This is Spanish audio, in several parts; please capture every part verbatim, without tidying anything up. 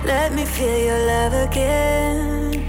Let me feel your love again.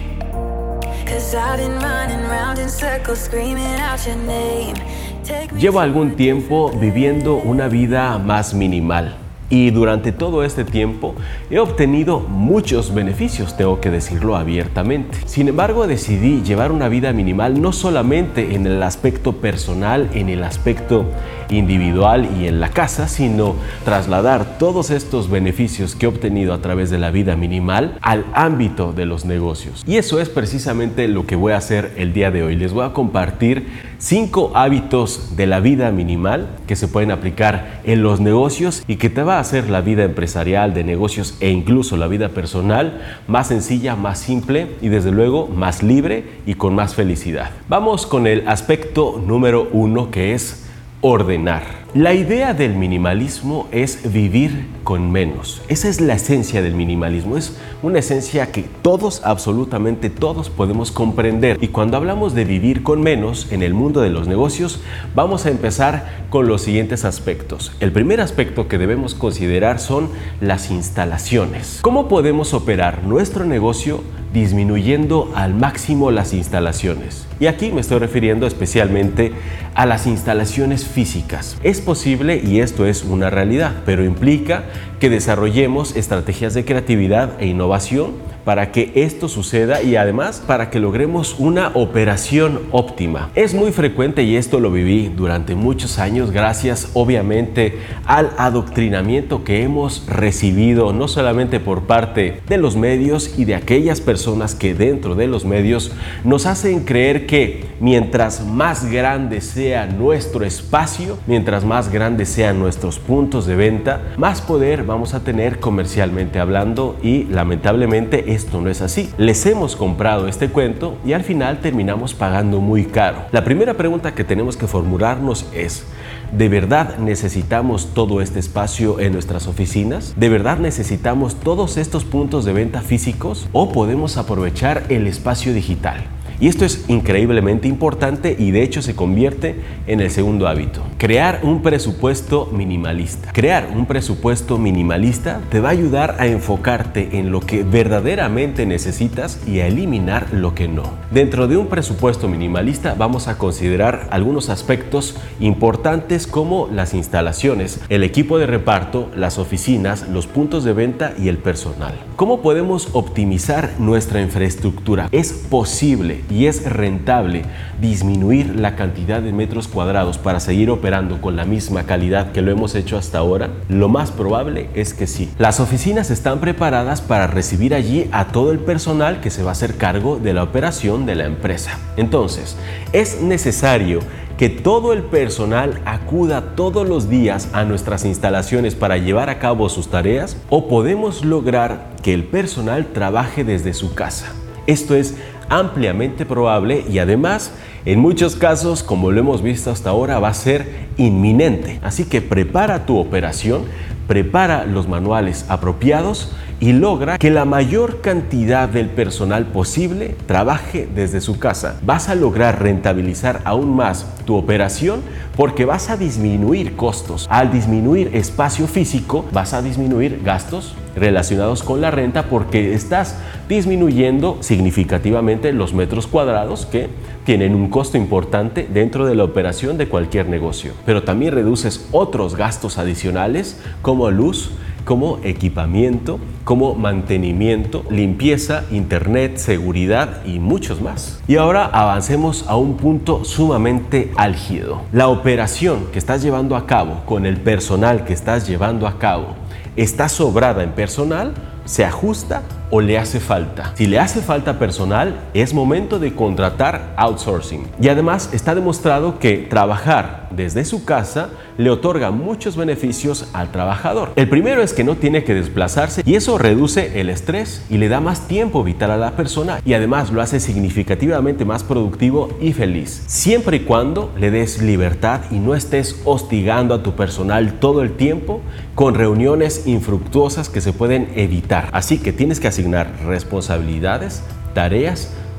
'Cause I've been running round in circles screaming out your name. Llevo algún tiempo viviendo una vida más minimal. Y durante todo este tiempo he obtenido muchos beneficios, tengo que decirlo abiertamente. Sin embargo, decidí llevar una vida minimal no solamente en el aspecto personal, en el aspecto individual y en la casa, sino trasladar todos estos beneficios que he obtenido a través de la vida minimal al ámbito de los negocios. Y eso es precisamente lo que voy a hacer el día de hoy. Les voy a compartir cinco hábitos de la vida minimal que se pueden aplicar en los negocios y que te va a hacer la vida empresarial, de negocios e incluso la vida personal más sencilla, más simple y desde luego más libre y con más felicidad. Vamos con el aspecto número uno, que es ordenar. La idea del minimalismo es vivir con menos. Esa es la esencia del minimalismo. Es una esencia que todos, absolutamente todos, podemos comprender. Y cuando hablamos de vivir con menos en el mundo de los negocios, vamos a empezar con los siguientes aspectos. El primer aspecto que debemos considerar son las instalaciones. ¿Cómo podemos operar nuestro negocio disminuyendo al máximo las instalaciones? Y aquí me estoy refiriendo especialmente a las instalaciones físicas. Es posible, y esto es una realidad, pero implica que desarrollemos estrategias de creatividad e innovación para que esto suceda y además para que logremos una operación óptima. Es muy frecuente, y esto lo viví durante muchos años gracias obviamente al adoctrinamiento que hemos recibido no solamente por parte de los medios y de aquellas personas que dentro de los medios nos hacen creer que mientras más grande sea nuestro espacio, mientras más grandes sean nuestros puntos de venta, más poder vamos a tener comercialmente hablando, y lamentablemente esto no es así. Les hemos comprado este cuento y al final terminamos pagando muy caro. La primera pregunta que tenemos que formularnos es: ¿de verdad necesitamos todo este espacio en nuestras oficinas? ¿De verdad necesitamos todos estos puntos de venta físicos? ¿O podemos aprovechar el espacio digital? Y esto es increíblemente importante y de hecho se convierte en el segundo hábito. Crear un presupuesto minimalista. Crear un presupuesto minimalista te va a ayudar a enfocarte en lo que verdaderamente necesitas y a eliminar lo que no. Dentro de un presupuesto minimalista vamos a considerar algunos aspectos importantes como las instalaciones, el equipo de reparto, las oficinas, los puntos de venta y el personal. ¿Cómo podemos optimizar nuestra infraestructura? Es posible y es rentable disminuir la cantidad de metros cuadrados para seguir operando con la misma calidad que lo hemos hecho hasta ahora. Lo más probable es que sí. Las oficinas están preparadas para recibir allí a todo el personal que se va a hacer cargo de la operación de la empresa. Entonces, es necesario que todo el personal acuda todos los días a nuestras instalaciones para llevar a cabo sus tareas, o podemos lograr que el personal trabaje desde su casa. Esto es ampliamente probable y además en muchos casos, como lo hemos visto hasta ahora, va a ser inminente. Así que prepara tu operación, prepara los manuales apropiados y logra que la mayor cantidad del personal posible trabaje desde su casa. Vas a lograr rentabilizar aún más tu operación porque vas a disminuir costos. Al disminuir espacio físico, vas a disminuir gastos relacionados con la renta porque estás disminuyendo significativamente los metros cuadrados que tienen un costo importante dentro de la operación de cualquier negocio. Pero también reduces otros gastos adicionales como luz, como equipamiento, como mantenimiento, limpieza, internet, seguridad y muchos más. Y ahora avancemos a un punto sumamente álgido. La operación que estás llevando a cabo con el personal que estás llevando a cabo, ¿está sobrada en personal? ¿Se ajusta o le hace falta? Si le hace falta personal, es momento de contratar outsourcing. Y además está demostrado que trabajar desde su casa le otorga muchos beneficios al trabajador. El primero es que no tiene que desplazarse y eso reduce el estrés y le da más tiempo vital a la persona y además lo hace significativamente más productivo y feliz. Siempre y cuando le des libertad y no estés hostigando a tu personal todo el tiempo con reuniones infructuosas que se pueden evitar. Así que tienes que asignar responsabilidades, tareas,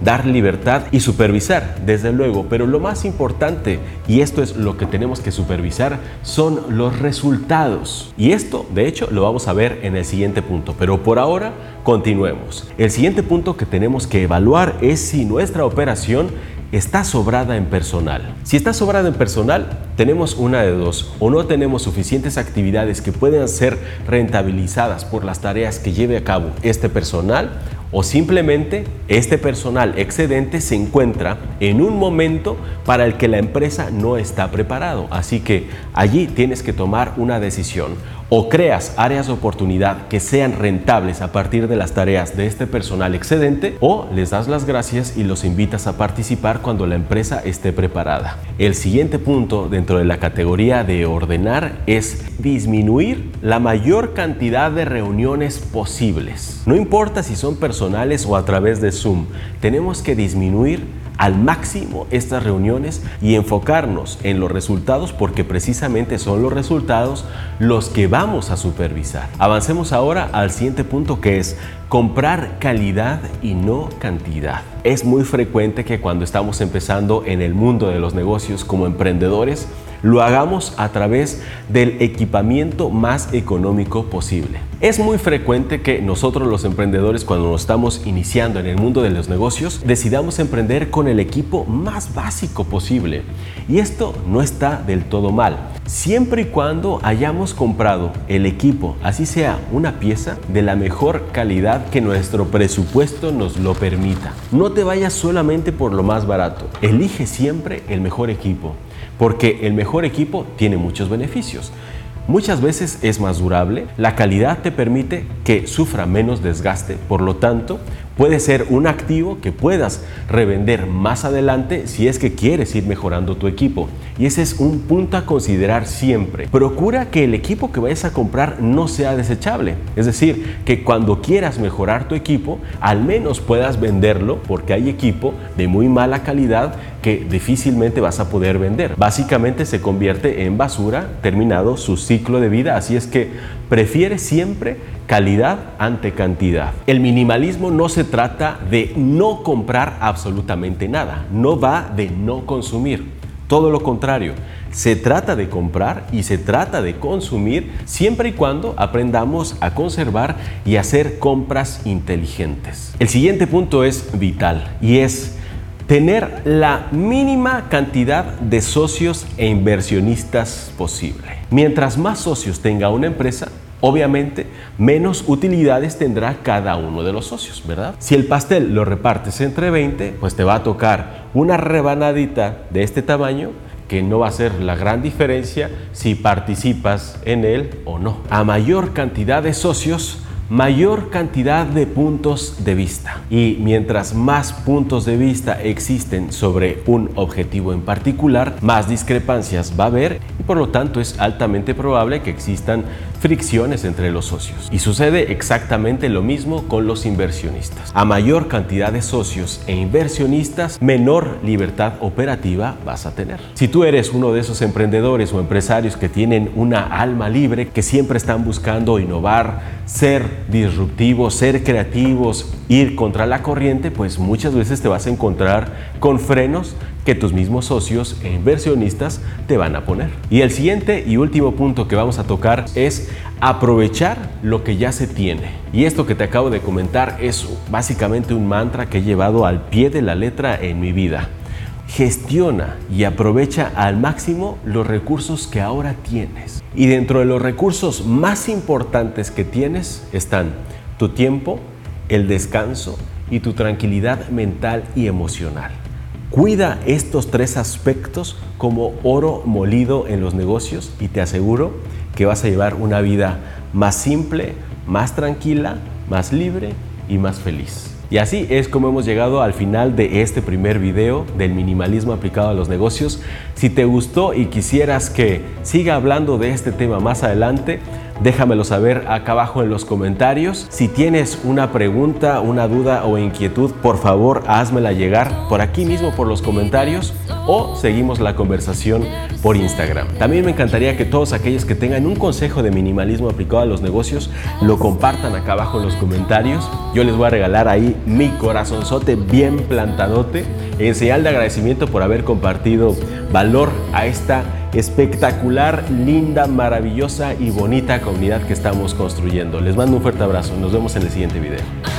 dar libertad y supervisar, desde luego, pero lo más importante, y esto es lo que tenemos que supervisar, son los resultados. Y esto, de hecho, lo vamos a ver en el siguiente punto, pero por ahora continuemos. El siguiente punto que tenemos que evaluar es si nuestra operación está sobrada en personal. Si está sobrada en personal, tenemos una de dos: o no tenemos suficientes actividades que puedan ser rentabilizadas por las tareas que lleve a cabo este personal, o simplemente este personal excedente se encuentra en un momento para el que la empresa no está preparado. Así que allí tienes que tomar una decisión: o creas áreas de oportunidad que sean rentables a partir de las tareas de este personal excedente, o les das las gracias y los invitas a participar cuando la empresa esté preparada. El siguiente punto dentro de la categoría de ordenar es disminuir la mayor cantidad de reuniones posibles. No importa si son personales o a través de Zoom, tenemos que disminuir al máximo estas reuniones y enfocarnos en los resultados, porque precisamente son los resultados los que vamos a supervisar. Avancemos ahora al siguiente punto, que es comprar calidad y no cantidad. Es muy frecuente que cuando estamos empezando en el mundo de los negocios como emprendedores, lo hagamos a través del equipamiento más económico posible. Es muy frecuente que nosotros los emprendedores, cuando nos estamos iniciando en el mundo de los negocios, decidamos emprender con el equipo más básico posible. Y esto no está del todo mal, siempre y cuando hayamos comprado el equipo, así sea una pieza, de la mejor calidad que nuestro presupuesto nos lo permita. No te vayas solamente por lo más barato, elige siempre el mejor equipo, porque el mejor equipo tiene muchos beneficios. Muchas veces es más durable, la calidad te permite que sufra menos desgaste, por lo tanto, puede ser un activo que puedas revender más adelante si es que quieres ir mejorando tu equipo. Y ese es un punto a considerar siempre. Procura que el equipo que vayas a comprar no sea desechable. Es decir, que cuando quieras mejorar tu equipo, al menos puedas venderlo, porque hay equipo de muy mala calidad que difícilmente vas a poder vender. Básicamente se convierte en basura terminado su ciclo de vida, así es que prefiere siempre calidad ante cantidad. El minimalismo no se trata de no comprar absolutamente nada, no va de no consumir, todo lo contrario. Se trata de comprar y se trata de consumir siempre y cuando aprendamos a conservar y hacer compras inteligentes. El siguiente punto es vital y es tener la mínima cantidad de socios e inversionistas posible. Mientras más socios tenga una empresa, obviamente menos utilidades tendrá cada uno de los socios, ¿verdad? Si el pastel lo repartes entre veinte, pues te va a tocar una rebanadita de este tamaño que no va a ser la gran diferencia si participas en él o no. A mayor cantidad de socios, mayor cantidad de puntos de vista, y mientras más puntos de vista existen sobre un objetivo en particular, más discrepancias va a haber y por lo tanto es altamente probable que existan fricciones entre los socios. Y sucede exactamente lo mismo con los inversionistas. A mayor cantidad de socios e inversionistas, menor libertad operativa vas a tener. Si tú eres uno de esos emprendedores o empresarios que tienen una alma libre, que siempre están buscando innovar, ser disruptivos, ser creativos, ir contra la corriente, pues muchas veces te vas a encontrar con frenos que tus mismos socios e inversionistas te van a poner. Y el siguiente y último punto que vamos a tocar es aprovechar lo que ya se tiene. Y esto que te acabo de comentar es básicamente un mantra que he llevado al pie de la letra en mi vida. Gestiona y aprovecha al máximo los recursos que ahora tienes. Y dentro de los recursos más importantes que tienes están tu tiempo, el descanso y tu tranquilidad mental y emocional. Cuida estos tres aspectos como oro molido en los negocios y te aseguro que vas a llevar una vida más simple, más tranquila, más libre y más feliz. Y así es como hemos llegado al final de este primer video del minimalismo aplicado a los negocios. Si te gustó y quisieras que siga hablando de este tema más adelante, Déjamelo saber acá abajo en los comentarios. Si tienes una pregunta, una duda o inquietud, por favor házmela llegar por aquí mismo por los comentarios o seguimos la conversación por Instagram. También me encantaría que todos aquellos que tengan un consejo de minimalismo aplicado a los negocios lo compartan acá abajo en los comentarios. Yo les voy a regalar ahí mi corazonzote bien plantadote en señal de agradecimiento por haber compartido valor a esta espectacular, linda, maravillosa y bonita comunidad que estamos construyendo. Les mando un fuerte abrazo. Nos vemos en el siguiente video.